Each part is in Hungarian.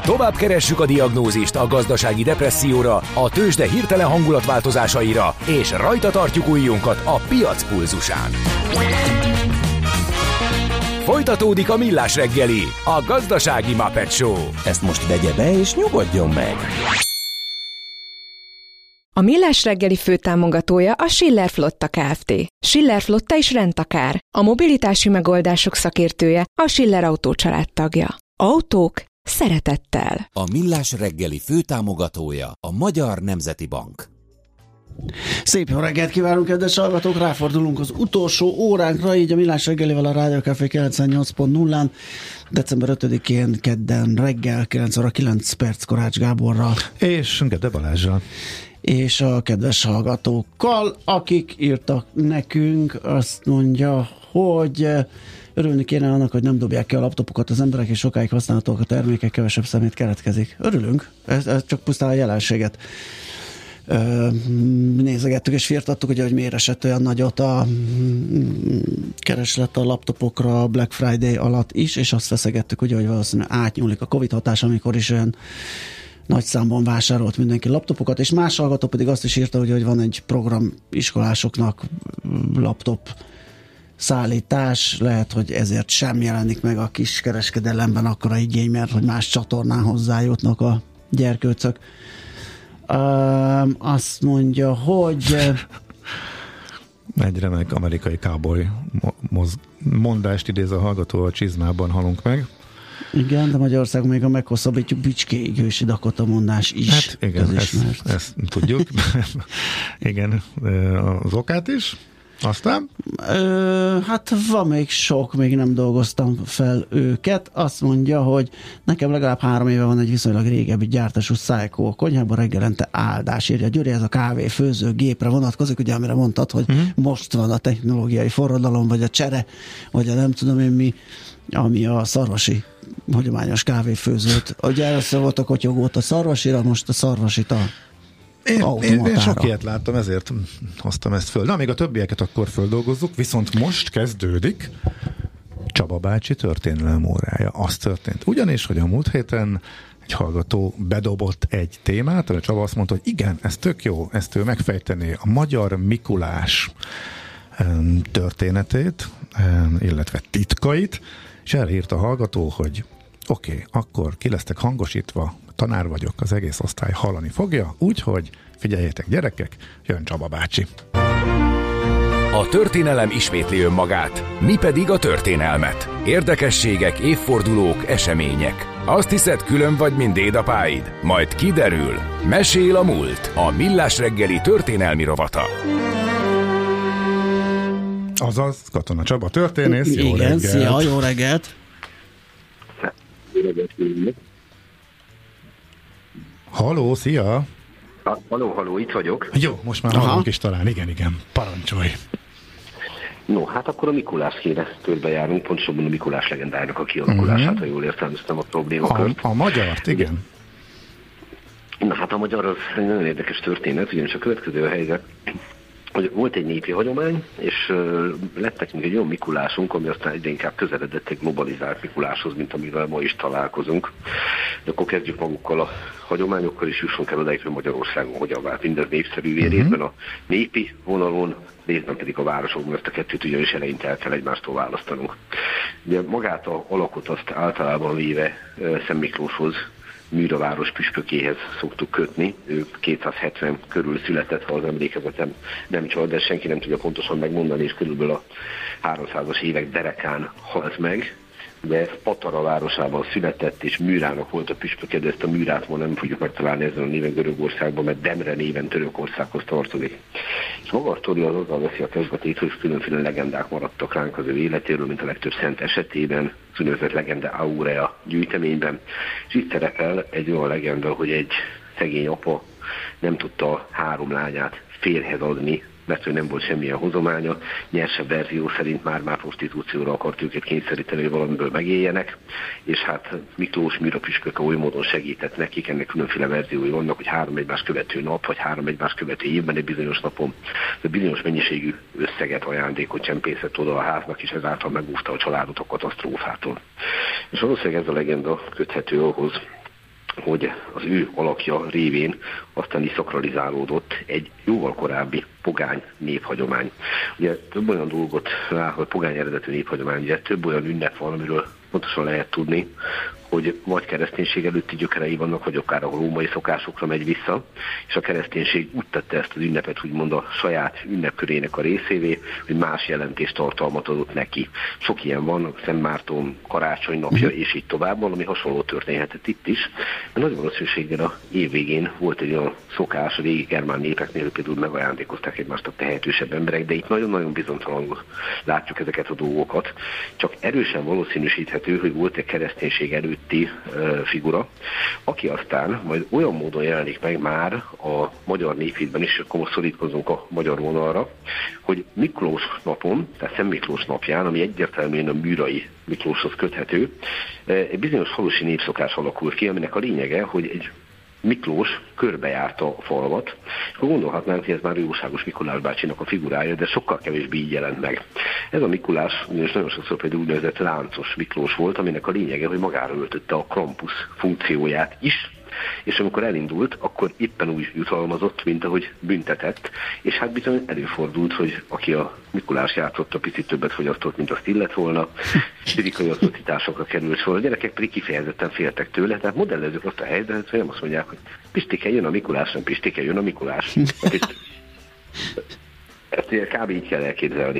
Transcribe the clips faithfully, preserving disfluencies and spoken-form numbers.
Tovább keressük a diagnózist a gazdasági depresszióra, a tőzsde hirtelen hangulatváltozásaira, és rajta tartjuk ujjunkat a piac pulzusán. Folytatódik a Millás reggeli, a gazdasági Muppet Show. Ezt most vegye be és nyugodjon meg! A Millás reggeli főtámogatója a Schiller Flotta Kft. Schiller Flotta is rendtakár. A mobilitási megoldások szakértője, a Schiller Autó család tagja. Autók szeretettel. A Millás reggeli főtámogatója a Magyar Nemzeti Bank. Szép jó reggelt kívánunk, kedves hallgatók! Ráfordulunk az utolsó óránkra, így a Millás reggelivel a Rádió Café kilencvennyolc pont nullán, december ötödikén kedden reggel kilenc óra kilenc perc Korács Gáborral. És Gede Balázsral. És a kedves hallgatókkal, akik írtak nekünk, azt mondja, hogy örülni kéne annak, hogy nem dobják ki a laptopokat az emberek, és sokáig használhatók a termékek, kevesebb szemét keletkezik. Örülünk, ez, ez csak pusztán a jelenséget nézegettük és firtattuk, ugye, hogy miért esett olyan nagyot a kereslet a laptopokra Black Friday alatt is, és azt feszegettük, ugye, hogy valószínűleg átnyúlik a Covid hatás, amikor is olyan nagy számban vásárolt mindenki laptopokat, és más hallgató pedig azt is írta, hogy, hogy van egy program iskolásoknak laptop szállítás, lehet, hogy ezért sem jelenik meg a kis kereskedelemben akkora igény, mert hogy más csatornán hozzájutnak a gyerkőcök. Uh, azt mondja, hogy egy remek amerikai cowboy moz- mondást idéz a hallgató, a csizmában halunk meg. Igen, de Magyarországon még a meghosszabbítjuk Bicskéig ősi Dakota mondás is. Hát igen, ezt, ezt tudjuk. Igen, az okát is. Aztán? Ö, hát van még sok, még nem dolgoztam fel őket. Azt mondja, hogy nekem legalább három éve van egy viszonylag régebbi gyártású Szájkó. A konyhában reggelente áldás, írja Gyuri, ez a kávé főző gépre vonatkozik, ugye amire mondtad, hogy uh-huh. most van a technológiai forradalom, vagy a csere, vagy a nem tudom én mi, ami a szarvasi hagyományos kávéfőzőt. Ugye először volt a kotyogót a szarvasira, most a szarvasit a Én, én, én sok ilyet láttam, ezért hoztam ezt föl. Na, még a többieket akkor földolgozzuk, viszont most kezdődik Csaba bácsi történelem órája. Az történt. Ugyanis, hogy a múlt héten egy hallgató bedobott egy témát, a Csaba azt mondta, hogy igen, ez tök jó, ezt ő megfejtené, a magyar Mikulás történetét, illetve titkait, és elhírt a hallgató, hogy oké, okay, akkor ki lesztek hangosítva, tanár vagyok, az egész osztály hallani fogja, úgyhogy figyeljetek gyerekek, jön Csaba bácsi. A történelem ismétli önmagát, mi pedig a történelmet. Érdekességek, évfordulók, események. Azt hiszed, külön vagy, mint dédapáid? Majd kiderül. Mesél a múlt. A Millás reggeli történelmi rovata. Azaz, Katona Csaba történész, jó igen, reggelt. Szia, jó reggelt. Halló, szia! Ha, haló, haló, itt vagyok. Jó, most már hallunk is talán, igen, igen, parancsolj! No, hát akkor a Mikulás kéne körbejárunk, pontosabban a Mikulás legendájának a kialakulását, uh-huh. ha jól értelmeztem a problémakört. A, a magyart, igen. Na hát a magyar az egy nagyon érdekes történet, ugyanis a következő a helyzet, hogy volt egy népi hagyomány, és uh, lett nekünk egy olyan Mikulásunk, ami aztán egyre inkább közeledett egy globalizált Mikuláshoz, mint amivel ma is találkozunk. De akkor kezdjük magukkal a hagyományokkal, és jussunk el odáig, hogy Magyarországon hogyan vált mindez népszerűvé, uh-huh. részben a népi vonalon, részben pedig a városokban, ezt a kettőt ugyanis eleinte el kell egymástól választanunk. Ugye magát a alakot azt általában véve uh, Szent Miklóshoz, Műraváros püspökéhez szoktuk kötni. Ő kétszázhetven körül született, ha az emlékezetem nem csal, de senki nem tudja pontosan megmondani, és körülbelül a háromszázas évek derekán halt meg. Ugye Patara városában született, és Műrának volt a püspöke, de ezt a Műrát ma nem fogjuk megtalálni ezen a néven Görögországban, mert Demre néven Törökországhoz tartozik. És maga a sztori az azzal veszi a kezdetét, hogy különféle legendák maradtak ránk az ő életéről, mint a legtöbb szent esetében, az úgynevezett legenda aurea gyűjteményben. És itt szerepel egy olyan legenda, hogy egy szegény apa nem tudta három lányát férjhez adni, mert hogy nem volt semmilyen hozománya, nyersebb verzió szerint már-már prostitúcióra akart őket kényszeríteni, hogy valamiből megéljenek, és hát Miklós Műra püspöke oly módon segített nekik, ennek különféle verziói vannak, hogy három egymás követő nap, vagy három egymás követő évben egy bizonyos napon, de bizonyos mennyiségű összeget, ajándékot csempészett oda a háznak, és ezáltal megúszta a családot a katasztrófától. És valószínűleg ez a legenda köthető ahhoz, hogy az ő alakja révén aztán is szakralizálódott egy jóval korábbi pogány néphagyomány. Ugye több olyan dolgot rá, hogy pogány eredetű néphagyomány, ugye több olyan ünnep van, amiről pontosan lehet tudni, hogy vagy kereszténység előtti gyökerei vannak, vagy akár a római szokásokra megy vissza, és a kereszténység úgy tette ezt az ünnepet, úgymond a saját ünnepkörének a részévé, hogy más jelentést tartalmat adott neki. Sok ilyen van, Szent Márton karácsony napja, és így tovább, valami hasonló történhetett itt is. Mert nagy valószínűséggel a év végén volt egy olyan szokás, a régi germán népeknél például megajándékozták egymást a tehetősebb emberek, de itt nagyon-nagyon bizonytalanul látjuk ezeket a dolgokat. Csak erősen valószínűsíthető, hogy volt egy kereszténység előtt figura, aki aztán majd olyan módon jelenik meg már a magyar néphitben is, akkor most szorítkozunk a magyar vonalra, hogy Miklós napon, tehát Szent Miklós napján, ami egyértelműen a Műrai Miklóshoz köthető, egy bizonyos falusi népszokás alakult ki, aminek a lényege, hogy egy Miklós körbejárta a falvat, és gondolhatnánk, hogy ez már jóságos Mikulás bácsinak a figurája, de sokkal kevésbé így jelent meg. Ez a Mikulás, és nagyon sokszor például úgynevezett láncos Miklós volt, aminek a lényege, hogy magára öltötte a Krampus funkcióját is, és amikor elindult, akkor éppen úgy jutalmazott, mint ahogy büntetett, és hát bizony előfordult, hogy aki a Mikulás játszotta, picit többet fogyasztott, mint azt illett volna, fizikai atrocitásokra került sor. A gyerekek pedig kifejezetten féltek tőle, tehát modellezzük azt a helyzetet, hogy nem azt mondják, hogy Pistike, jön a Mikulás, nem Pistike, jön a Mikulás. Ezt kb. Így kell elképzelni.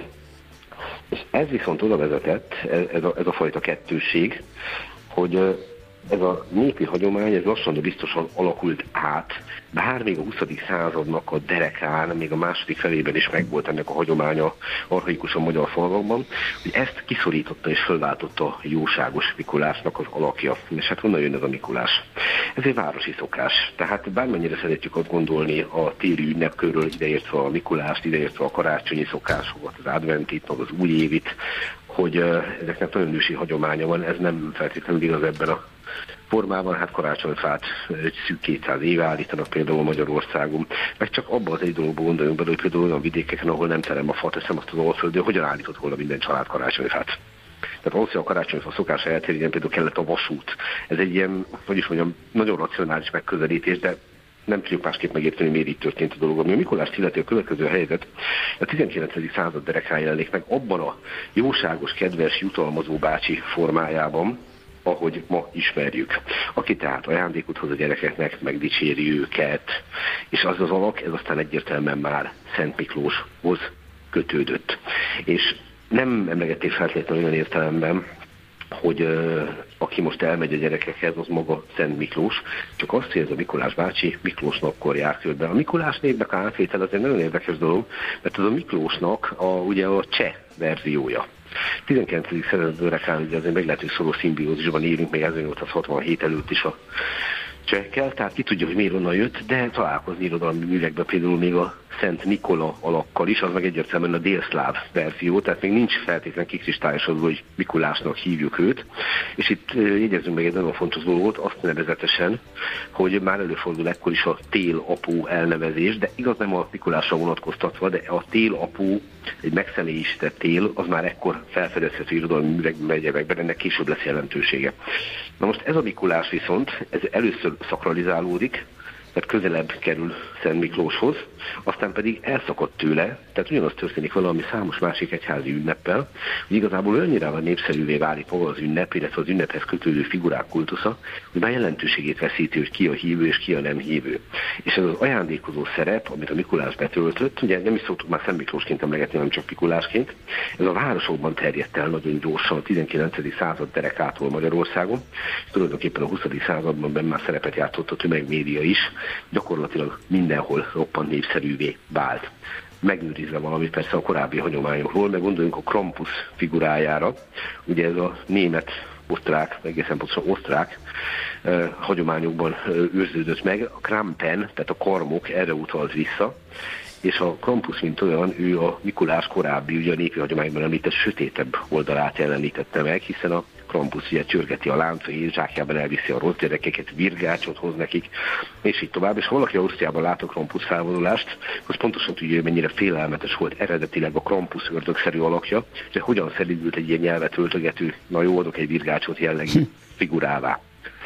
És ez viszont oda vezetett, ez a, ez a fajta kettősség, hogy ez a népi hagyomány, ez lassan, de biztosan alakult át, bár még a huszadik századnak a derekán, még a második felében is megvolt ennek a hagyománya archaikusan magyar falvakban, hogy ezt kiszorította és fölváltotta a jóságos Mikulásnak az alakja. És hát honnan jön ez a Mikulás? Ez egy városi szokás. Tehát bármennyire szeretjük azt gondolni a téli ünnepkörről, ideértve a Mikulást, ideértve a karácsonyi szokásokat, az adventit, az újévit, hogy ezeknek nagyon ősi hagyománya van, ez nem feltétlenül igaz ebben a formában, hát karácsonyfát egy szűk kétszáz éve állítanak például Magyarországon, meg csak abban az egy dologban gondoljunk bele, hogy például olyan vidékeken, ahol nem terem a fa, teszem azt az Alföldön, hogyan állított volna minden család karácsonyfát. Tehát valószínűleg a karácsonyfa szokása eltérjen, például kellett a vasút. Ez egy ilyen, hogy is mondjam, nagyon racionális megközelítés, de nem tudjuk másképp megérteni, miért így történt a dolog. Ami a Mikulást illeti, a következő helyzet, a tizenkilencedik század derekán jelenik meg abban a jóságos, kedves, jutalmazó bácsi formájában, ahogy ma ismerjük. Aki tehát ajándékot hoz a gyerekeknek, megdicséri őket, és az az alak, ez aztán egyértelműen már Szent Miklóshoz kötődött. És nem emlegették feltétlenül olyan értelemben, hogy uh, aki most elmegy a gyerekekhez, az maga Szent Miklós, csak azt, hogy ez a Mikulás bácsi Miklós napkor jár körbe. A Mikulás névnek a átvétel az egy nagyon érdekes dolog, mert az a Miklósnak a, ugye a cseh verziója. tizenkilencedik század derekán ugye azért meglehető szoros szimbiózisban élünk, még ezernyolcszázhatvanhét előtt is a csehekkel, tehát ki tudja, hogy miért onnan jött, de találkozni irodalmi művekben például még a Szent Nikola alakkal is, az meg egyértelműen a délszláv verzió, tehát még nincs feltétlenül kikristályosodva, hogy Mikulásnak hívjuk őt, és itt jegyezzünk meg egy nagyon fontos dolgot, azt nevezetesen, hogy már előfordul ekkor is a télapó elnevezés, de igaz nem a Mikulásra vonatkoztatva, de a télapó, egy megszemélyisített tél, az már ekkor felfedezhető irodalmi művekben, egyebekben, ennek később lesz jelentősége. Na most ez a Mikulás viszont, ez először szakralizálódik, tehát közelebb kerül Szent Miklóshoz, aztán pedig elszakadt tőle, tehát ugyanaz történik valami számos másik egyházi ünneppel, hogy igazából olyannyira van népszerűvé válik maga az ünnep, illetve az ünnephez kötődő figurák kultusza, hogy már jelentőségét veszíti, hogy ki a hívő és ki a nem hívő. És ez az ajándékozó szerep, amit a Mikulás betöltött, ugye nem is szoktuk már Szent Miklósként emlegetni, hanem csak Mikulásként, ez a városokban terjedt el nagyon gyorsan a tizenkilencedik század derekától Magyarországon, és tulajdonképpen a huszadik században benne már szerepet játszott a tömegmédia is, gyakorlatilag mindenhol roppant népszerűvé vált. Megőrizve valamit persze a korábbi hagyományokról, meg gondoljunk a Krampus figurájára, ugye ez a német, osztrák, egészen pontosan osztrák eh, hagyományokban eh, őrződött meg, a Krampen, tehát a karmok erre utalt vissza, és a Krampus, mint olyan, ő a Mikulás korábbi, ugye a népi hagyományban említett sötétebb oldalát jelenítette meg, hiszen a Krampus ugye csörgeti a láncait, zsákjában elviszi a rossz gyerekeket, virgácsot hoz nekik, és így tovább. És ha valaki Ausztriában lát a Krampus felvonulást, az pontosan tudja, hogy mennyire félelmetes volt eredetileg a Krampus ördögszerű alakja, és hogyan szelidült egy ilyen nyelvet öltögető, na jó, adok egy virgácsot jellegű figurává.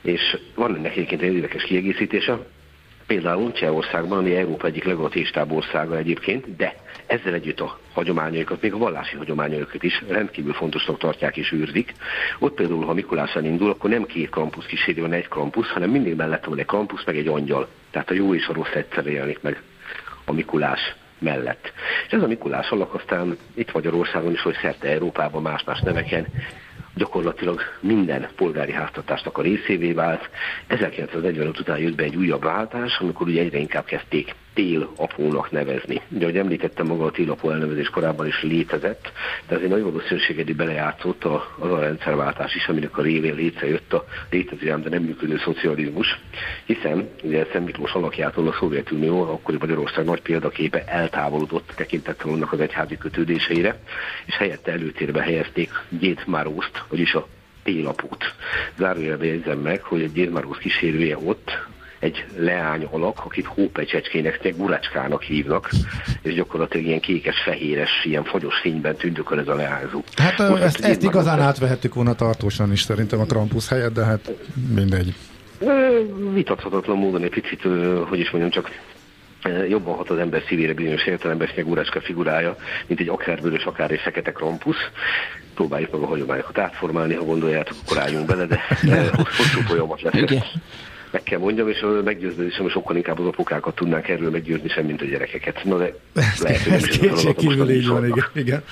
És van ennek egyébként egy érdekes kiegészítése, például Csehországban, ami Európa egyik legatéistább országa egyébként, de ezzel együtt a hagyományaikat, még a vallási hagyományaikat is rendkívül fontosnak tartják és őrzik. Ott például, ha Mikulás elindul, akkor nem két Krampus kíséri, van egy Krampus, hanem mindig mellette van egy Krampus, meg egy angyal. Tehát a jó és a rossz egyszerre jelenik meg a Mikulás mellett. És ez a Mikulás alak aztán itt Magyarországon is, hogy szerte Európában más-más neveken gyakorlatilag minden polgári háztartásnak a részévé vált. ezerkilencszáznegyvenöt után jött be egy újabb váltás, amikor ugye egyre inkább kezdték télapónak nevezni. Ugye, ahogy említettem, maga a télapó elnevezés korábban is létezett, de azért nagy valószínűséggel belejátszott az a rendszerváltás is, aminek a révén létrejött a létező, de nem működő szocializmus, hiszen ugye Szent Miklós alakjától a Szovjetunió, akkori Magyarország nagy példaképe eltávolodott tekintettel annak az egyházi kötődéseire, és helyette előtérbe helyezték Gyétmárózt, vagyis a télapót. Zárójelben jegyzem meg, hogy a Gyétmáróz kísérője ott egy leány alak, akit hópecsecskének, meg gurecskának hívnak, és gyakorlatilag ilyen kékes-fehéres, ilyen fagyos fényben tündököl ez a leányzó. Hát most ezt, ezt igazán már átvehettük volna tartósan is szerintem a Krampus helyett, de hát mindegy. Vitathatatlan módon egy picit, hogy is mondjam, csak jobban hat az ember szívére bizonyos értelemben, és gurecska figurája, mint egy akár vörös, akár egy fekete Krampus. Próbáljuk meg a hagyományokat átformálni, ha gondoljátok, akkor álljunk bele, de hosszú folyamat lesz. Meg kell mondjam, és meggyőződésem, hogy sokkal inkább az apukákat tudnánk erről meggyőzni sem, mint a gyerekeket. Na de lehet, hogy ez kétségkívül így van, igen. igen.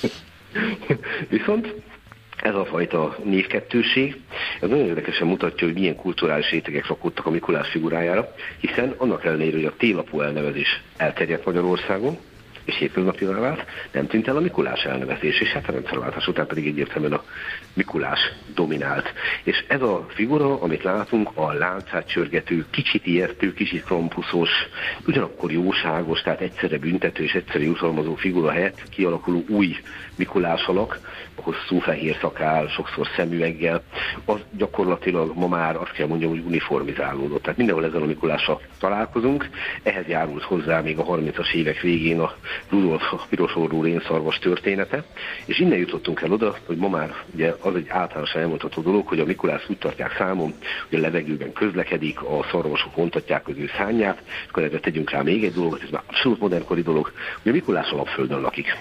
Viszont ez a fajta névkettőség, ez nagyon érdekesen mutatja, hogy milyen kulturális rétegek rakódtak a Mikulás figurájára, hiszen annak ellenére, hogy a télapó elnevezés elterjedt Magyarországon, és hétköznapivá vált, nem tűnt el a Mikulás elnevezés, és hát a rendszerváltás után pedig egyértelműen a Mikulás dominált. És ez a figura, amit látunk, a láncát csörgető, kicsit ijesztő, kicsit krampuszos, ugyanakkor jóságos, tehát egyszerre büntető és egyszerre jutalmazó figura helyett kialakuló új Mikulás alak, hosszú fehér szakál, sokszor szemüveggel, az gyakorlatilag ma már azt kell mondjam, hogy uniformizálódott. Tehát mindenhol ezzel a Mikulással találkozunk, ehhez járult hozzá még a harmincas évek végén a Rudolf a pirosorrú rénszarvas története, és innen jutottunk el oda, hogy ma már ugye az egy általánosan elmondható dolog, hogy a Mikulás úgy tartják számon, hogy a levegőben közlekedik, a szarvasok vontatják az ő szárnyát, és akkor ebben tegyünk rá még egy dolgot, ez már abszolút modernkori dolog, hogy a Mikulás alapföldön lakik.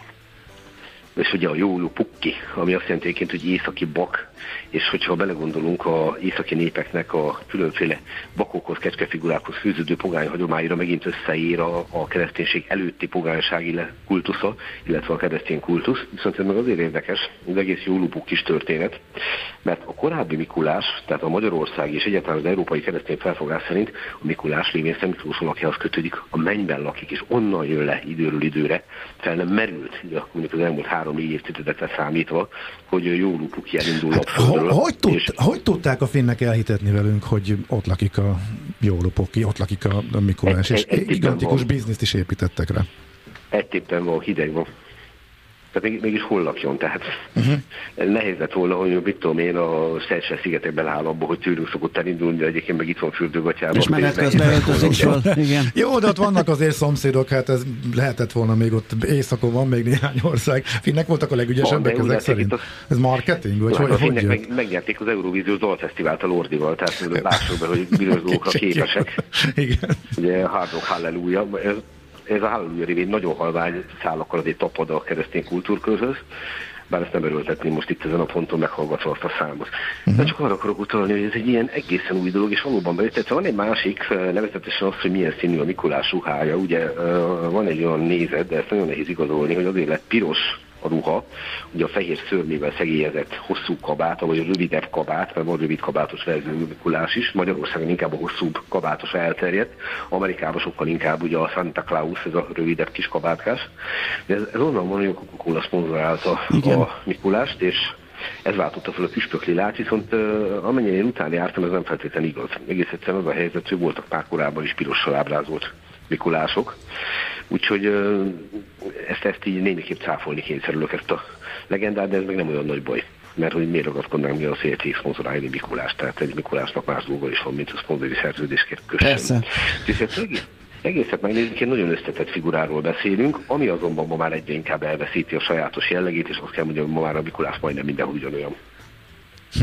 És ugye a Jólu Pukki, ami azt jelenti, hogy északi bak, és hogyha belegondolunk a északi népeknek a különféle bakokhoz, kecskefigurákhoz fűződő pogány hagyományra, megint összeér a, a kereszténység előtti pogánysági kultusza, illetve a keresztény kultusz. Viszont ez meg azért érdekes, az egész Jólu Pukkis történet, mert a korábbi Mikulás, tehát a Magyarországi és egyáltalán az európai keresztény felfogás szerint a Mikulás lévén Szent Miklós alakjához kötődik, a mennyben lakik, és onnan jön le időről időre. Fel nem merült, ugye, mondjuk az elmúlt három-négy évtizedet számítva, hogy Jólu Pukki elindul hát, ho, hogy, tud, és... hogy tudták a finnek elhitetni velünk, hogy ott lakik a Jólu Pukki, ott lakik a, a Mikulás, egy, és egy, egy gigantikus bizniszt is építettek rá. Egy tippen van, hideg van. Tehát még, mégis hol lakjon, tehát uh-huh. nehéz lett volna, hogy mit tudom én, a Seychelles-szigetekben áll abba, hogy tőlünk szokott elindulni, de egyébként meg itt van fürdőgatyában. És menet közben öltözik fel, igen. Jó, de ott vannak azért szomszédok, hát ez lehetett volna még ott éjszakon van még néhány ország. Finnek voltak a legügyesebbek ezek szerint. A... Ez marketing? Vagy hogy, hogy jött? Meg, megnyerték az Eurovíziós Dalfesztivált a Lordival, tehát lássuk be, hogy bizonyos dolgokra képesek. Igen. Ugye Hard Rock Hallelujah, ez Ez a Hallelujah révén nagyon halvány szálakkal azért tapad a keresztény kultúrkörhöz, bár ezt nem erőltetném most itt ezen a ponton meghallgatva azt a számot. Uh-huh. De csak arra akarok utalni, hogy ez egy ilyen egészen új dolog, és valóban bejött. Tehát van egy másik, nevezetesen az, hogy milyen színű a Mikulás ruhája. Ugye van egy olyan nézet, de ezt nagyon nehéz igazolni, hogy azért lett piros a ruha, ugye a fehér szörmével szegélyezett hosszú kabát, vagy a rövidebb kabát, mert van rövid kabátos verzió Mikulás is, Magyarországon inkább a hosszúbb kabátos elterjedt, Amerikában sokkal inkább ugye a Santa Claus, ez a rövidebb kis kabátkás. Ez, ez onnan van, hogy a Coca-Cola szponzorálta a Mikulást, és ez váltotta fel a püspök lilát, viszont uh, amennyire én utána jártam, ez nem feltétlenül igaz. Egész egyszerűen az a helyzet, hogy voltak már korábban is pirossal ábrázolt Mikulások. Úgyhogy uh, ezt, ezt így némiképp cáfolni kényszerülök ezt a legendát, de ez meg nem olyan nagy baj. Mert hogy miért ragaszkodnánk mi a szélték szponzorálni Mikulást, tehát egy Mikulásnak más dolga is van, mint a szponzori szerződésként kössön. Persze. Egész, egészet megnézzük, egy nagyon összetett figuráról beszélünk, ami azonban ma már egyre inkább elveszíti a sajátos jellegét, és azt kell mondjam, hogy ma már a Mikulás majdnem mindenhol ugyanolyan. Hm.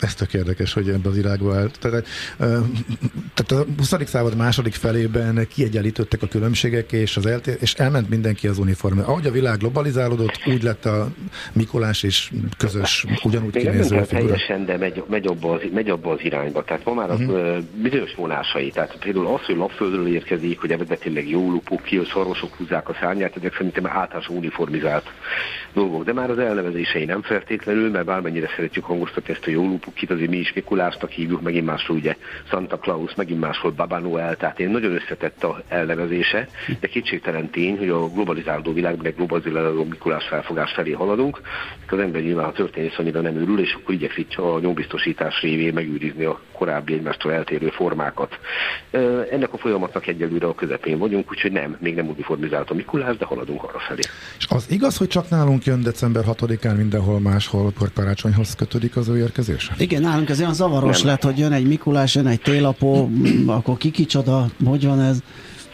Ez tök érdekes, hogy ebben az irányba állt. Tehát, tehát a huszadik század második felében kiegyenlítődtek a különbségek, és, az eltér, és elment mindenki az uniformja. Ahogy a világ globalizálódott, úgy lett a Mikulás és közös, ugyanúgy kinéző figura. Teljesen, de megy, megy, abba az, megy abba az irányba. Tehát ma már az uh-huh. bizonyos vonásai. Tehát például az, hogy lapföldről érkezik, hogy eredetileg jó lupuk ki, hogy szarvasok húzzák a szárnyát, ezek szerintem általános uniformizált dolgok. De már az elnevezései nem feltétlenül, mert bármennyire szeretjük hangoztatni ezt a jó lupuk kit, azért mi is Mikulásnak hívjuk, megint máshol ugye Santa Claus, megint máshol Baba Noel, tehát én nagyon összetett a elnevezése, de kétségtelen tény, hogy a globalizálódó világban egy globalizálódó Mikulás felfogás felé haladunk, az ember nyilván a történész annyira nem örül, és akkor igyekszik a nyombiztosítás révén megőrizni a korábbi egymástól eltérő formákat. Ennek a folyamatnak egyelőre a közepén vagyunk, úgyhogy nem, még nem uniformizált a Mikulás, de haladunk arra felé. És az igaz, hogy csak nálunk jön december hatodikán, mindenhol máshol karácsonyhoz kötődik az ő érkezés? Igen, nálunk ez olyan zavaros nem. lett, hogy jön egy Mikulás, jön egy télapó, akkor ki kicsoda, hogy van ez?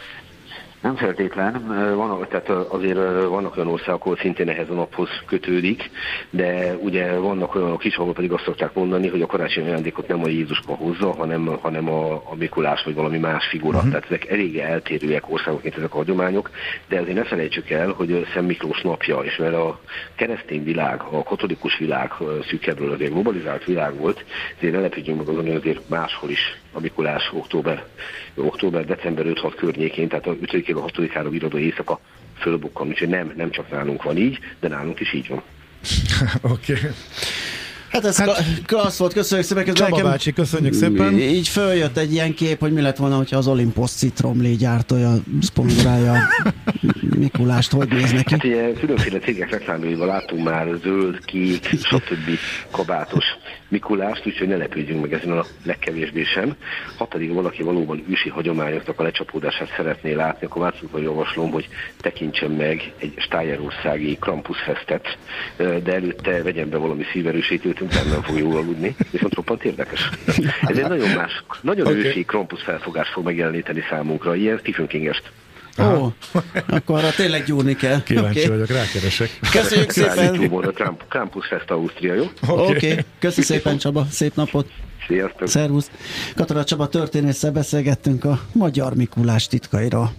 Nem feltétlen, van, tehát azért vannak olyan országok, ahol szintén ehhez a naphoz kötődik, de ugye vannak olyanok is, ahol pedig azt szokták mondani, hogy a karácsonyi ajándékot nem a Jézuska hozza, hanem, hanem a, a Mikulás vagy valami más figura. Uh-huh. Tehát ezek eléggé eltérőek országokként ezek a hagyományok, de azért ne felejtsük el, hogy Szent Miklós napja, és mert a keresztény világ, a katolikus világ szűkebbről azért globalizált világ volt, ezért ne lepődjünk meg azon, hogy azért máshol is a Mikulás október, október december öt-hat környékén, tehát a ötödikén a hatodikára viradó éjszaka fölbukkan, úgyhogy nem, nem csak nálunk van így, de nálunk is így van. Oké. Okay. Hát ez hát, klassz volt, köszönjük szépen. Csaba nekem, bácsi, köszönjük szépen. Így följött egy ilyen kép, hogy mi lett volna, hogyha az Olympus citromlé gyártója szponzorálja Mikulást, hogy néz neki? Hát ugye különféle cégek reklámjaival látunk már zöld, kék, stb. Kabátos Mikulást, úgyhogy ne lepődjünk meg ezen a legkevésbé sem. Ha pedig valaki valóban ősi hagyományoknak a lecsapódását szeretné látni, akkor másodban javaslom, hogy tekintsen meg egy stájerországi Krampusfestet, de előtte vegyen be valami szíverősítőt, utána nem fog jól aludni, viszont roppant érdekes. Ez egy nagyon más, nagyon okay. ősi Krampus felfogást fog megjeleníteni számunkra, ilyen Stephen King-est. Ó, oh, akkor arra tényleg gyúrni kell. Kíváncsi okay. vagyok, rákeresek. Köszönjük szépen. A Krampusfest Ausztria, jó? Oké, okay. okay. Köszi szépen, Csaba, szép napot. Sziasztok. Szervusz. Katona Csaba történésszel beszélgettünk a magyar Mikulás titkairól.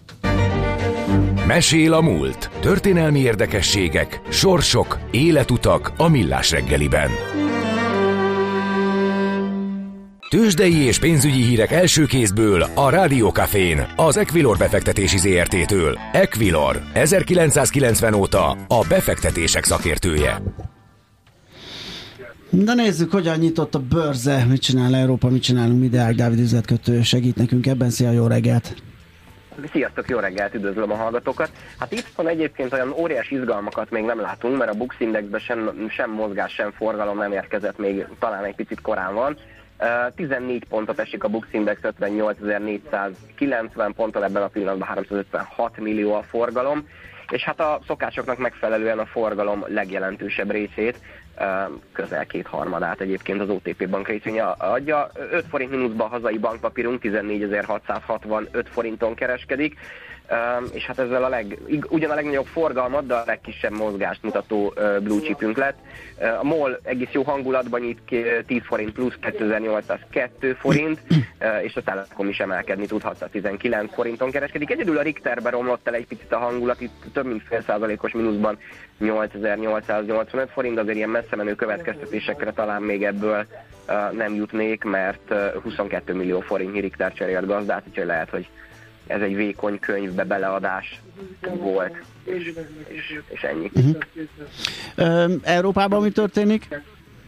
Mesél a múlt. Történelmi érdekességek, sorsok, életutak a Millás reggeliben. Tőzsdei és pénzügyi hírek első kézből a Rádió Cafén, az Equilor befektetési zé er té-től. Equilor, ezerkilencszázkilencven óta a befektetések szakértője. De nézzük, hogyan nyitott a bőrze, mit csinál Európa, mit csinálunk mi, Deák Dávid üzletkötő segít nekünk ebben. Szia, jó reggelt! Sziasztok, jó reggelt, üdvözlöm a hallgatókat. Hát itt van egyébként olyan óriási izgalmakat még nem látunk, mert a Bux Indexben sem, sem mozgás, sem forgalom nem érkezett, még talán egy picit korán van. tizennégy pontot esik a Bux Index, ötvennyolcezer-négyszázkilencven ponton, ebben a pillanatban háromszázötvenhat millió a forgalom, és hát a szokásoknak megfelelően a forgalom legjelentősebb részét, közel kétharmadát egyébként az o té pé bank részvénye adja. öt forint mínuszban a hazai bankpapírunk tizennégyezer-hatszázhatvanöt forinton kereskedik, és hát ezzel a leg, ugyan a legnagyobb forgalmat, de a legkisebb mozgást mutató blue chipünk lett. A MOL egész jó hangulatban nyit tíz forint plusz kétezer-nyolcszázkettő forint, és a Telekom is emelkedni tud, hatszáztizenkilenc forinton kereskedik. Egyedül a Richterben romlott el egy picit a hangulat, itt több mint fél százalékos mínuszban nyolcezer-nyolcszáznyolcvanöt forint, azért ilyen messze menő következtetésekre talán még ebből nem jutnék, mert huszonkettő millió forintnyi Richter cserélt gazdát, úgyhogy lehet, hogy ez egy vékony könyvbe beleadás volt, és, és, és ennyi. Uh-huh. Európában mi történik?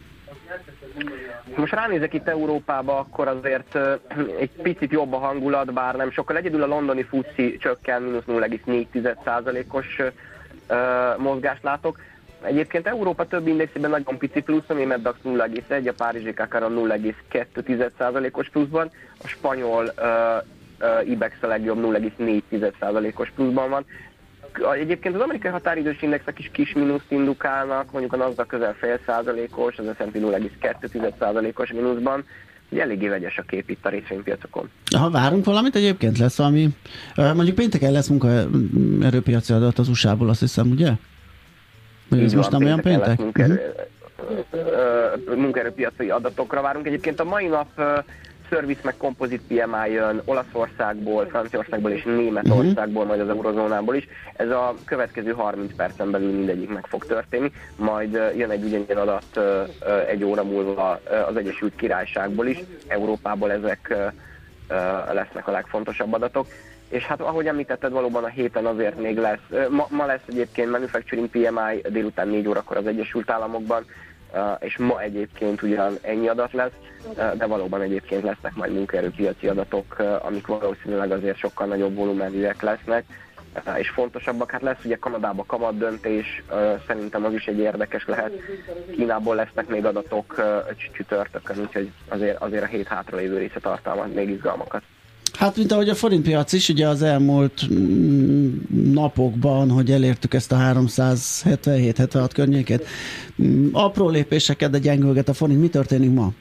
Most ránézek itt Európába, akkor azért egy picit jobb a hangulat, bár nem sokkal. Egyedül a londoni futszi csökken, mínusz nulla egész négy százalékos mozgást látok. Egyébként Európa több indexében nagyon pici plusz, a német DAX nulla egész egy, a párizsi Kakaron nulla egész kettő százalékos pluszban, a spanyol uh, IBEX a legjobb nulla egész négy százalékos pluszban van. Egyébként az amerikai határidős indexek is kis mínuszt indukálnak, mondjuk a NASDAQ közel fél százalékos, az es and pé nulla egész kettő százalékos mínuszban. Ugye eléggé vegyes a kép itt a részvénypiacokon. Ha várunk valamit, egyébként lesz valami, mondjuk pénteken lesz munkaerőpiaci adat az u es á-ból, azt hiszem, ugye? Vagy ez most nem olyan péntek? Munkaerő, munkaerőpiaci adatokra várunk. Egyébként a mai nap Service meg Composite pé em i jön Olaszországból, Franciaországból és Németországból, majd az eurozónából is. Ez a következő harminc percen belül mindegyik meg fog történni. Majd jön egy ugyanilyen adat egy óra múlva az Egyesült Királyságból is. Európából ezek lesznek a legfontosabb adatok. És hát ahogy említetted, valóban a héten azért még lesz. Ma, ma lesz egyébként Manufacturing pé em i délután négy órakor az Egyesült Államokban, és ma egyébként ugyan ennyi adat lesz, de valóban egyébként lesznek majd munkaerőpiaci adatok, amik valószínűleg azért sokkal nagyobb volumenűek lesznek, és fontosabbak. Hát lesz ugye Kanadában kamatdöntés, szerintem az is egy érdekes lehet. Kínából lesznek még adatok csütörtökön, úgyhogy azért, azért a hét hátralévő része tartalmaz még izgalmakat. Hát, mint ahogy a forintpiac is, ugye az elmúlt napokban, hogy elértük ezt a háromszázhetvenhét hetvenhat környéket, apró lépéseket, de gyengülget a forint. Mi történik ma?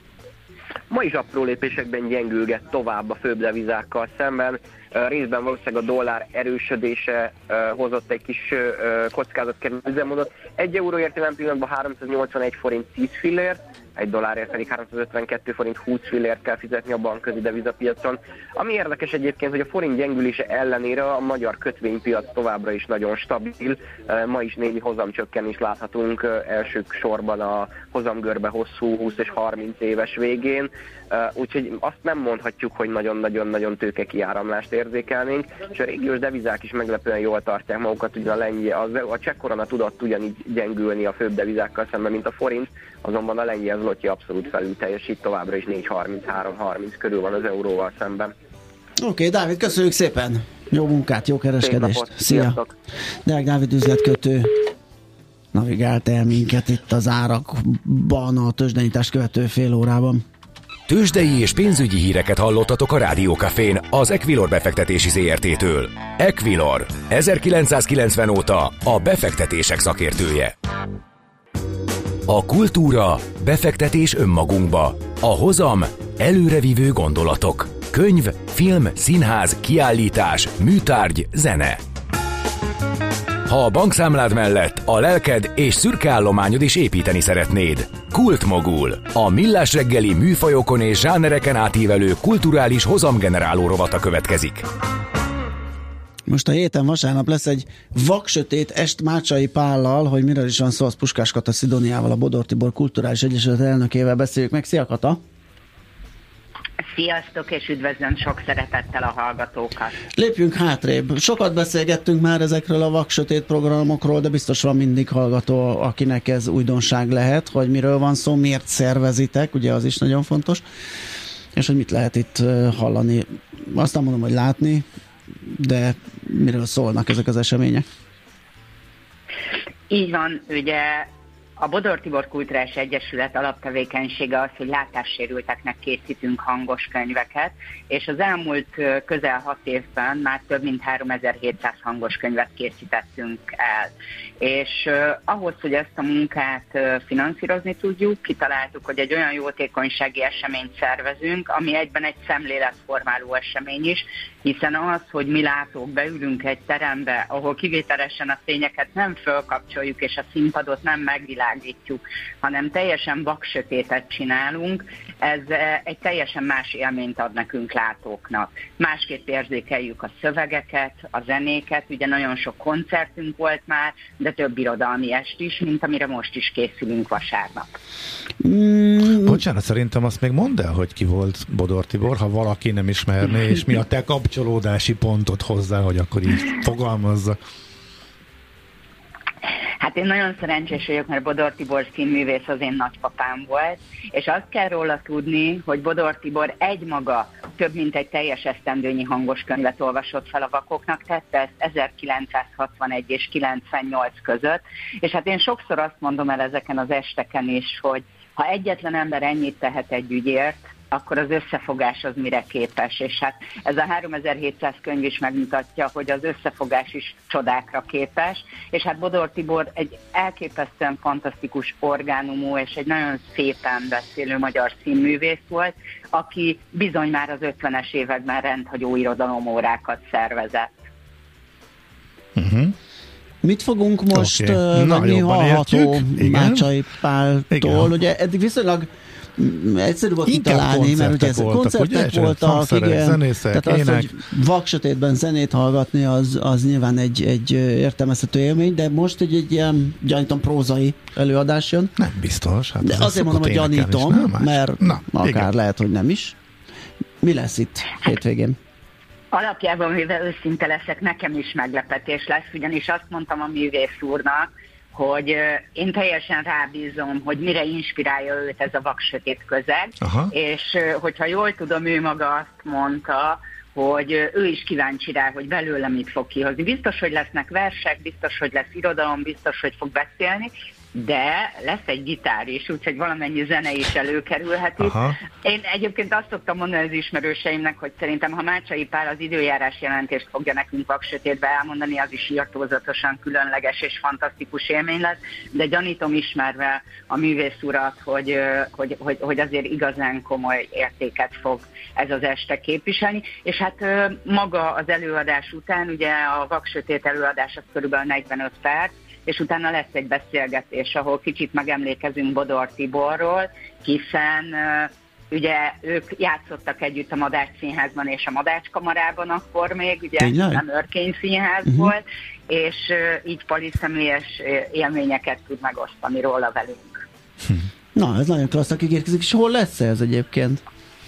Ma is apró lépésekben gyengülget tovább a főbb devizákkal szemben. Részben valószínűleg a dollár erősödése hozott egy kis kockázatkerülő üzemmódot. Egy euróért jelen pillanatban háromszáznyolcvanegy forint tíz fillért, egy dollárért pedig háromszázötvenkettő forint húsz fillért kell fizetni a bankközi devizapiacon. Ami érdekes egyébként, hogy a forint gyengülése ellenére a magyar kötvénypiac továbbra is nagyon stabil. Ma is némi hozamcsökkenést láthatunk első sorban a hozamgörbe hosszú húsz és harminc éves végén. Úgyhogy azt nem mondhatjuk, hogy nagyon-nagyon-nagyon tőkekiáramlást érzékelnénk, és a régiós devizák is meglepően jól tartják magukat, ugye a lengyel, a cseh korona tudott ugyanígy gyengülni a főbb devizákkal szemben, mint a forint, azonban a lengyel zloty abszolút felül teljesít, továbbra is négy harminchárom harminc körül van az euróval szemben. Oké, okay, Dávid, köszönjük szépen! Jó munkát, jó kereskedést! Szia! Deák Dávid üzletkötő navigált el minket itt az árakban a tőzsdenyítást követő fél órában. Tőzsdei és pénzügyi híreket hallottatok a Rádió Cafén az Equilor befektetési zé er té-től. Equilor, ezerkilencszázkilencven óta a befektetések szakértője. A kultúra, befektetés önmagunkba. A hozam, előrevívő gondolatok. Könyv, film, színház, kiállítás, műtárgy, zene. Ha a bankszámlád mellett a lelked és szürke állományod is építeni szeretnéd. Kultmogul, a millás reggeli műfajokon és zsánereken átívelő kulturális hozamgeneráló rovata következik. Most a héten vasárnap lesz egy vaksötét est Mácsai Pállal, hogy miről is van szó, az Puskás Kata Szidóniával, a Bodor Tibor Kulturális Egyesület elnökével beszéljük meg. Szia, Kata! Sziasztok, és üdvözlöm sok szeretettel a hallgatókat. Lépjünk hátrébb. Sokat beszélgettünk már ezekről a vaksötét programokról, de biztos van mindig hallgató, akinek ez újdonság lehet, hogy miről van szó, miért szervezitek, ugye az is nagyon fontos, és hogy mit lehet itt hallani. Azt nem mondom, hogy látni, de miről szólnak ezek az események? Így van, ugye a Bodor Tibor Kulturális Egyesület alaptevékenysége az, hogy látássérülteknek készítünk hangos könyveket, és az elmúlt közel hat évben már több mint háromezer-hétszáz hangos könyvet készítettünk el. És uh, ahhoz, hogy ezt a munkát uh, finanszírozni tudjuk, kitaláltuk, hogy egy olyan jótékonysági eseményt szervezünk, ami egyben egy szemléletformáló esemény is, hiszen az, hogy mi látók beülünk egy terembe, ahol kivételesen a fényeket nem fölkapcsoljuk, és a színpadot nem megvilágítjuk, hanem teljesen vaksötétet csinálunk, ez egy teljesen más élményt ad nekünk látóknak. Másképp érzékeljük a szövegeket, a zenéket, ugye nagyon sok koncertünk volt már, de több irodalmi est is, mint amire most is készülünk vasárnap. Mm. Bocsánat, szerintem azt még mondd el, hogy ki volt Bodor Tibor, ha valaki nem ismerné, és mi a te kapcsolódási pontot hozzá, hogy akkor így fogalmazza. Hát én nagyon szerencsés vagyok, mert Bodor Tibor színművész az én nagypapám volt, és azt kell róla tudni, hogy Bodor Tibor egymaga több mint egy teljes esztendőnyi hangos könyvet olvasott fel a vakoknak, tette ezt ezerkilencszázhatvanegy és kilencvennyolc között, és hát én sokszor azt mondom el ezeken az esteken is, hogy ha egyetlen ember ennyit tehet egy ügyért, akkor az összefogás az mire képes, és hát ez a háromezer-hétszáz könyv is megmutatja, hogy az összefogás is csodákra képes, és hát Bodor Tibor egy elképesztően fantasztikus orgánumú és egy nagyon szépen beszélő magyar színművész volt, aki bizony már az ötvenes években rendhagyó irodalomórákat szervezett. Uh-huh. Mit fogunk most okay. venni hallható Mácsai Páltól? Ugye eddig viszonylag egyszerű volt kitalálni, mert ugye ezek koncertek ugye? voltak, igen. Zenészek, tehát az, hogy vaksötétben zenét hallgatni, az, az nyilván egy, egy értelmezhető élmény, de most egy, egy ilyen, gyanítom, prózai előadás jön. Nem biztos. Hát de azért mondom, hogy gyanítom, mert Na, akár igen. lehet, hogy nem is. Mi lesz itt hétvégén? Alapjában, mivel őszinte leszek, nekem is meglepetés lesz, ugyanis azt mondtam a művész úrnak, hogy én teljesen rábízom, hogy mire inspirálja őt ez a vaksötét közeg, Aha. és hogyha jól tudom, ő maga azt mondta, hogy ő is kíváncsi rá, hogy belőle mit fog kihozni. Biztos, hogy lesznek versek, biztos, hogy lesz irodalom, biztos, hogy fog beszélni, de lesz egy gitár is, úgyhogy valamennyi zene is előkerülhet itt. Én egyébként azt szoktam mondani az ismerőseimnek, hogy szerintem, ha Mácsai Pál az időjárás jelentést fogja nekünk vaksötétbe elmondani, az is irtózatosan különleges és fantasztikus élmény lesz, de gyanítom ismerve a művész urat, hogy, hogy, hogy, hogy azért igazán komoly értéket fog ez az este képviselni, és hát maga az előadás után, ugye a vaksötét előadás az körülbelül negyvenöt perc, és utána lesz egy beszélgetés, ahol kicsit megemlékezünk Bodor Tiborról, hiszen uh, ugye ők játszottak együtt a Madács Színházban és a Madács Kamarában akkor még, ugye Tényleg? nem Örkény Színház uh-huh. volt, és uh, így Pali személyes élményeket tud megosztani róla velünk. Hm. Na, ez nagyon klassznak ígérkezik, és hol lesz ez egyébként?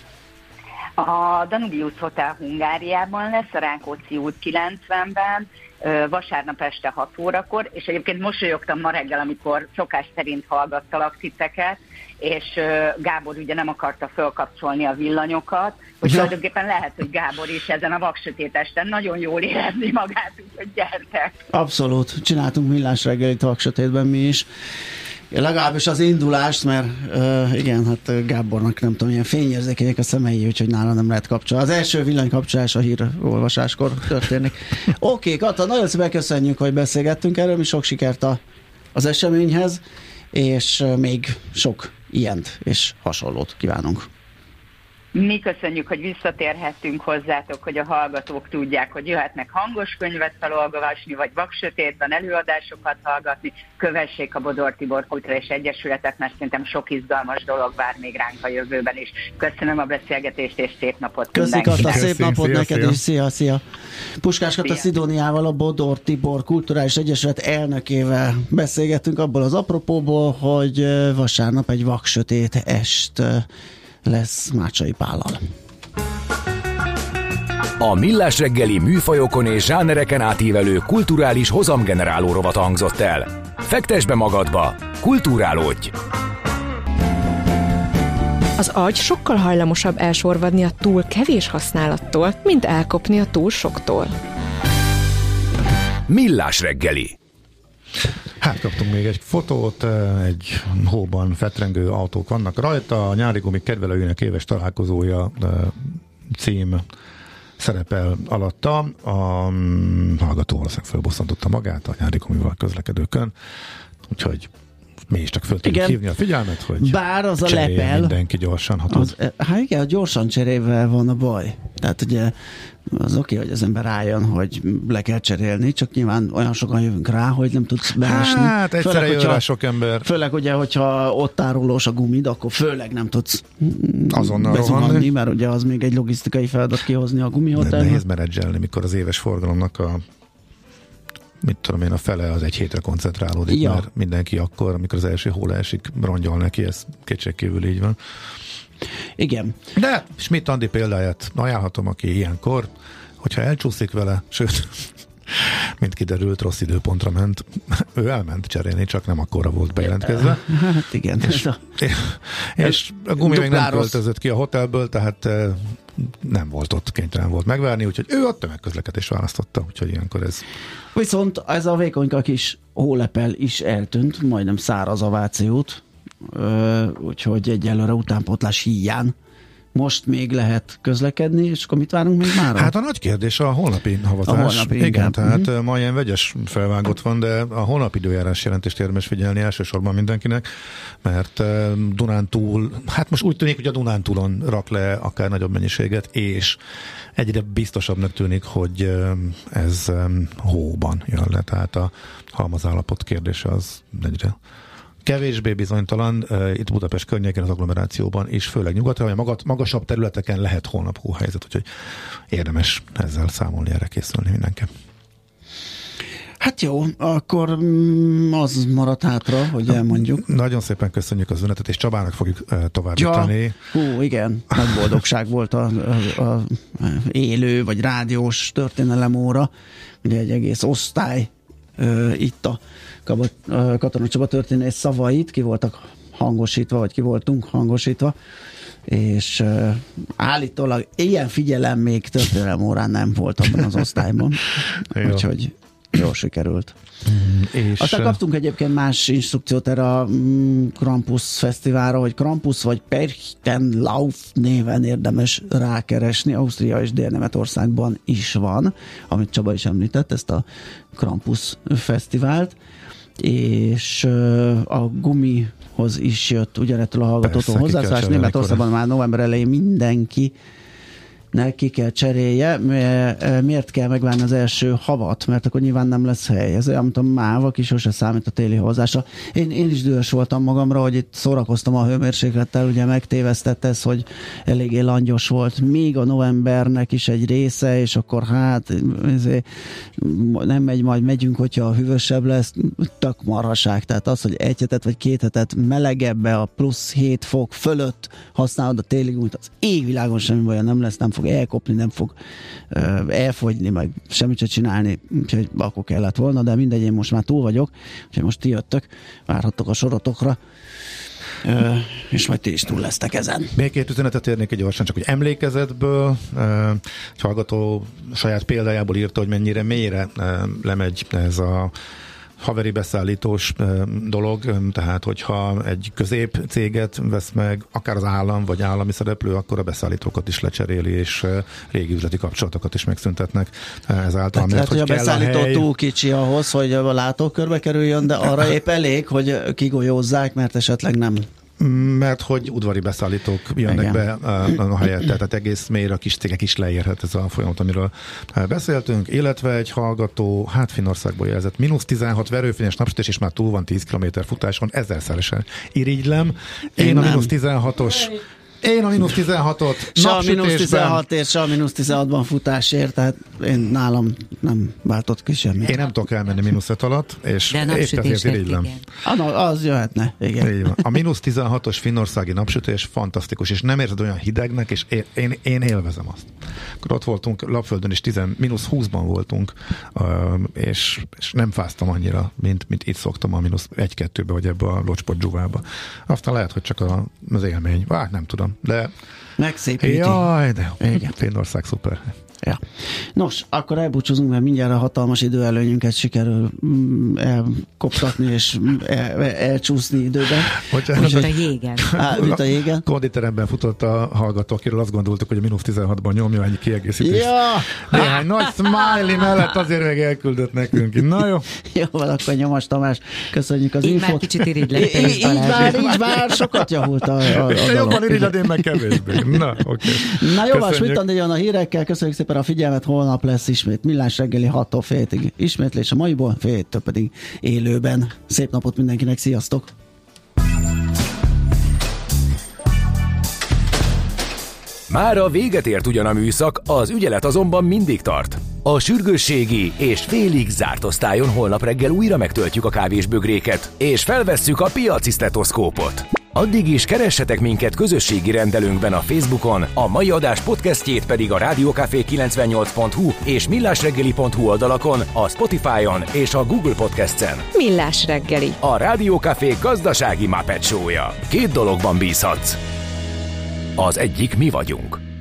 A Danubius Hotel Hungáriában lesz, a Rákóczi út kilencvenben, vasárnap este hat órakor, és egyébként mosolyogtam ma reggel, amikor szokás szerint hallgattalak titeket, és Gábor ugye nem akarta fölkapcsolni a villanyokat, hogy ja. tulajdonképpen lehet, hogy Gábor is ezen a vaksötét esten nagyon jól érezni magát, úgyhogy gyertek! Abszolút, csináltunk millás reggelit vaksötétben mi is. Legalábbis az indulást, mert uh, igen, hát Gábornak nem tudom, ilyen fényérzékenyek a szemei, úgyhogy nála nem lehet kapcsolni. Az első villanykapcsolás a hírolvasáskor történik. Oké, okay, Kata, nagyon szépen köszönjük, hogy beszélgettünk erről, mi sok sikert a, az eseményhez, és még sok ilyent és hasonlót kívánunk. Mi köszönjük, hogy visszatérhettünk hozzátok, hogy a hallgatók tudják, hogy jöhetnek hangos könyvet felolvasni, vagy vaksötétben előadásokat hallgatni. Kövessék a Bodor Tibor Kulturális Egyesületet, mert szerintem sok izgalmas dolog vár még ránk a jövőben is. Köszönöm a beszélgetést, és szép napot mindenkinek. Köszi, Kata, szép napot szia, neked szia. is. Szia, szia. Puskás Kata Szidóniával, a Bodor Tibor Kulturális Egyesület elnökével beszélgettünk abból az apropóból, hogy vasárnap egy vaksötét est lesz Mácsai Pállal. A Millás reggeli műfajokon és zsánereken átívelő kulturális hozamgeneráló rovat hangzott el. Fektesd be magadba, kulturálódj! Az agy sokkal hajlamosabb elsorvadni a túl kevés használattól, mint elkopni a túl soktól. Millás reggeli. Hát kaptunk még egy fotót, egy hóban fetrengő autók vannak rajta, a nyári gumik kedvelőinek éves találkozója cím szerepel alatta. A hallgató valószínűleg fölbosszantotta magát a nyári gumival közlekedőkön, úgyhogy mi is csak föl tudjuk hívni a figyelmet, hogy bár az a lepel, mindenki gyorsan, ha az, hát igen, a gyorsan cserével van a baj. Tehát ugye az oké, hogy az ember rájön, hogy le kell cserélni, csak nyilván olyan sokan jövünk rá, hogy nem tudsz beesni. Hát egyszerre jön rá sok ember. Főleg ugye, hogyha ott árulós a gumid, akkor főleg nem tudsz azonnal bezuhanni, mert ugye az még egy logisztikai feladat kihozni a gumihotelbe. Nehéz menedzselni, mikor az éves forgalomnak a mit tudom én, a fele az egy hétre koncentrálódik, ja. mert mindenki akkor, amikor az első hó leesik, rongyol neki, ez kétségkívül így van. Igen. De Schmidt Andi példáját ajánlhatom, aki ilyenkor, hogyha elcsúszik vele, sőt, mint kiderült, rossz időpontra ment. Ő elment cserélni, csak nem akkora volt bejelentkezve. Hát igen. És, a, és a gumi még nem költözött ki a hotelből, tehát nem volt ott, kénytelen volt megvárni, úgyhogy ő a tömegközlekedést választotta, úgyhogy ilyenkor ez... Viszont ez a vékonyka kis hólepel is eltűnt, majdnem száraz a Váci út, úgyhogy egyelőre utánpótlás híján most még lehet közlekedni, és akkor mit várunk még már? Hát a nagy kérdés a holnapi havazás. A holnapi, igen, igen, tehát uh-huh. ma ilyen vegyes felvágott van, de a holnapi időjárás jelentést érdemes figyelni elsősorban mindenkinek, mert Dunántúl, hát most úgy tűnik, hogy a Dunántúlon rak le akár nagyobb mennyiséget, és egyre biztosabbnak tűnik, hogy ez hóban jön le, tehát a halmazállapot kérdése az egyre kevésbé bizonytalan, uh, itt Budapest környékén az agglomerációban is, főleg nyugatra, vagy magat, magasabb területeken lehet holnap hóhelyzet, úgyhogy érdemes ezzel számolni, erre készülni mindenki. Hát jó, akkor az maradt hátra, hogy elmondjuk. Nagyon szépen köszönjük az ünnepet, és Csabának fogjuk uh, továbbítani. Ja, hú, igen, nagy boldogság volt a, a, a élő, vagy rádiós történelemóra, ugye egy egész osztály uh, itt a Katona Csaba történész szavait ki voltak hangosítva, vagy ki voltunk hangosítva, és uh, állítólag ilyen figyelem még történelem órán nem volt abban az osztályban. Úgyhogy jól sikerült. Mm, és aztán kaptunk egyébként más instrukciót erre a mm, Krampus fesztiválra, hogy Krampus vagy Perchtenlauf néven érdemes rákeresni. Ausztria és Dél-Németországban is van, amit Csaba is említett, ezt a Krampus fesztivált, és uh, a gumihoz is jött ugyanettől a hallgatótól hozzászólás. Németországban már november elején mindenki ki kell cserélje. Miért kell megvárni az első havat? Mert akkor nyilván nem lesz hely. Ez olyan, mint a máv, aki sose számít a téli hozásra. Én, én is dühös voltam magamra, hogy itt szórakoztam a hőmérséklettel, ugye megtévesztett ez, hogy eléggé langyos volt. Még a novembernek is egy része, és akkor hát nem megy, majd megyünk, hogyha hűvösebb lesz, tök marhaság. Tehát az, hogy egy hetet vagy két hetet melegebbe a plusz hét fok fölött használod a téli gumit, az égvilágon semmi baj nem lesz, nem fog elkopni, nem fog uh, elfogyni, meg semmit se csinálni, úgyhogy akkor kellett volna, de mindegy, én most már túl vagyok, úgyhogy most ti jöttök, várhattok a sorotokra, uh, és majd ti is túl lesztek ezen. Még két üzenetet érnék egy gyorsan, csak hogy emlékezetből, uh, egy hallgató saját példájából írta, hogy mennyire mélyre uh, lemegy ez a haveri beszállítós dolog, tehát hogyha egy közép céget vesz meg, akár az állam vagy állami szereplő, akkor a beszállítókat is lecseréli, és régi üzleti kapcsolatokat is megszüntetnek ezáltal. Lehet, hogy a beszállító a túl kicsi ahhoz, hogy a látókörbe kerüljön, de arra épp elég, hogy kigolyózzák, mert esetleg nem. Mert hogy udvari beszállítók jönnek igen. be a helyet, tehát egész mélyre a kis cégek is leérhet ez a folyamat, amiről beszéltünk, illetve egy hallgató, hát Finnországból jelzett, mínusz tizenhat verőfényes napsütés, és már túl van tíz kilométer futáson, ezerszeresen irigylem. Én, Én a mínusz tizenhatos Én a mínusz tizenhatot se a mínusz tizenhatért, se a mínusz tizenhatban futásért, tehát én nálam nem váltott ki semmit. Én nem tudok elmenni mínusz öt alatt, és épp ezért irigylem. Az jöhetne, igen. A mínusz tizenhatos finnországi napsütés fantasztikus, és nem érzed olyan hidegnek, és én, én, én élvezem azt. Akkor ott voltunk, Lapföldön is mínusz húszban voltunk, és, és nem fáztam annyira, mint, mint itt szoktam a mínusz egy-kettőbe, vagy ebbe a locspot dzsúvába. Aztán lehet, hogy csak a, az élmény. Vár, nem tudom. De megszépíti. Jaj, de Finnország szuper. Ja. Nos, akkor elbúcsúzunk, mert mindjárt a hatalmas időelőnyünket sikerül elkoptatni és el, elcsúszni időben. Bocsánat, Úgy, a jégen. Á, a jégen. Konditeremben futott a hallgató, akiről azt gondoltuk, hogy a mínusz tizenhatban nyomja egy kiegészítést. Ja! Néhány nagy smiley mellett azért meg elküldött nekünk. Na jó. Jó, van, akkor Nyomas Tamás, köszönjük az így infót. Így már kicsit irigylek. Így, így már, így már, sokat javult a, a, a De jobban irigyled, én meg kevésbé. Na, oké. Okay. Na jó, van, Schmidt jön a hírekkel, köszönjük szépen a figyelmet, holnap lesz ismét Millás reggeli hattól fél hétig ismétlés a maiból, fél héttől pedig élőben. Szép napot mindenkinek, sziasztok! Mára véget ért ugyan a műszak, az ügyelet azonban mindig tart. A sürgősségi és félig zárt osztályon holnap reggel újra megtöltjük a kávésbögréket, és felvesszük a piaci sztetoszkópot. Addig is keressetek minket közösségi rendelőnkben a Facebookon, a mai adás podcastjét pedig a rádiókafé kilencvennyolc pont hu és millásreggeli pont hu oldalakon, a Spotify-on és a Google Podcast-en. Millás reggeli. A Rádiókafé gazdasági Muppet Show-ja. Két dologban bízhatsz. Az egyik mi vagyunk.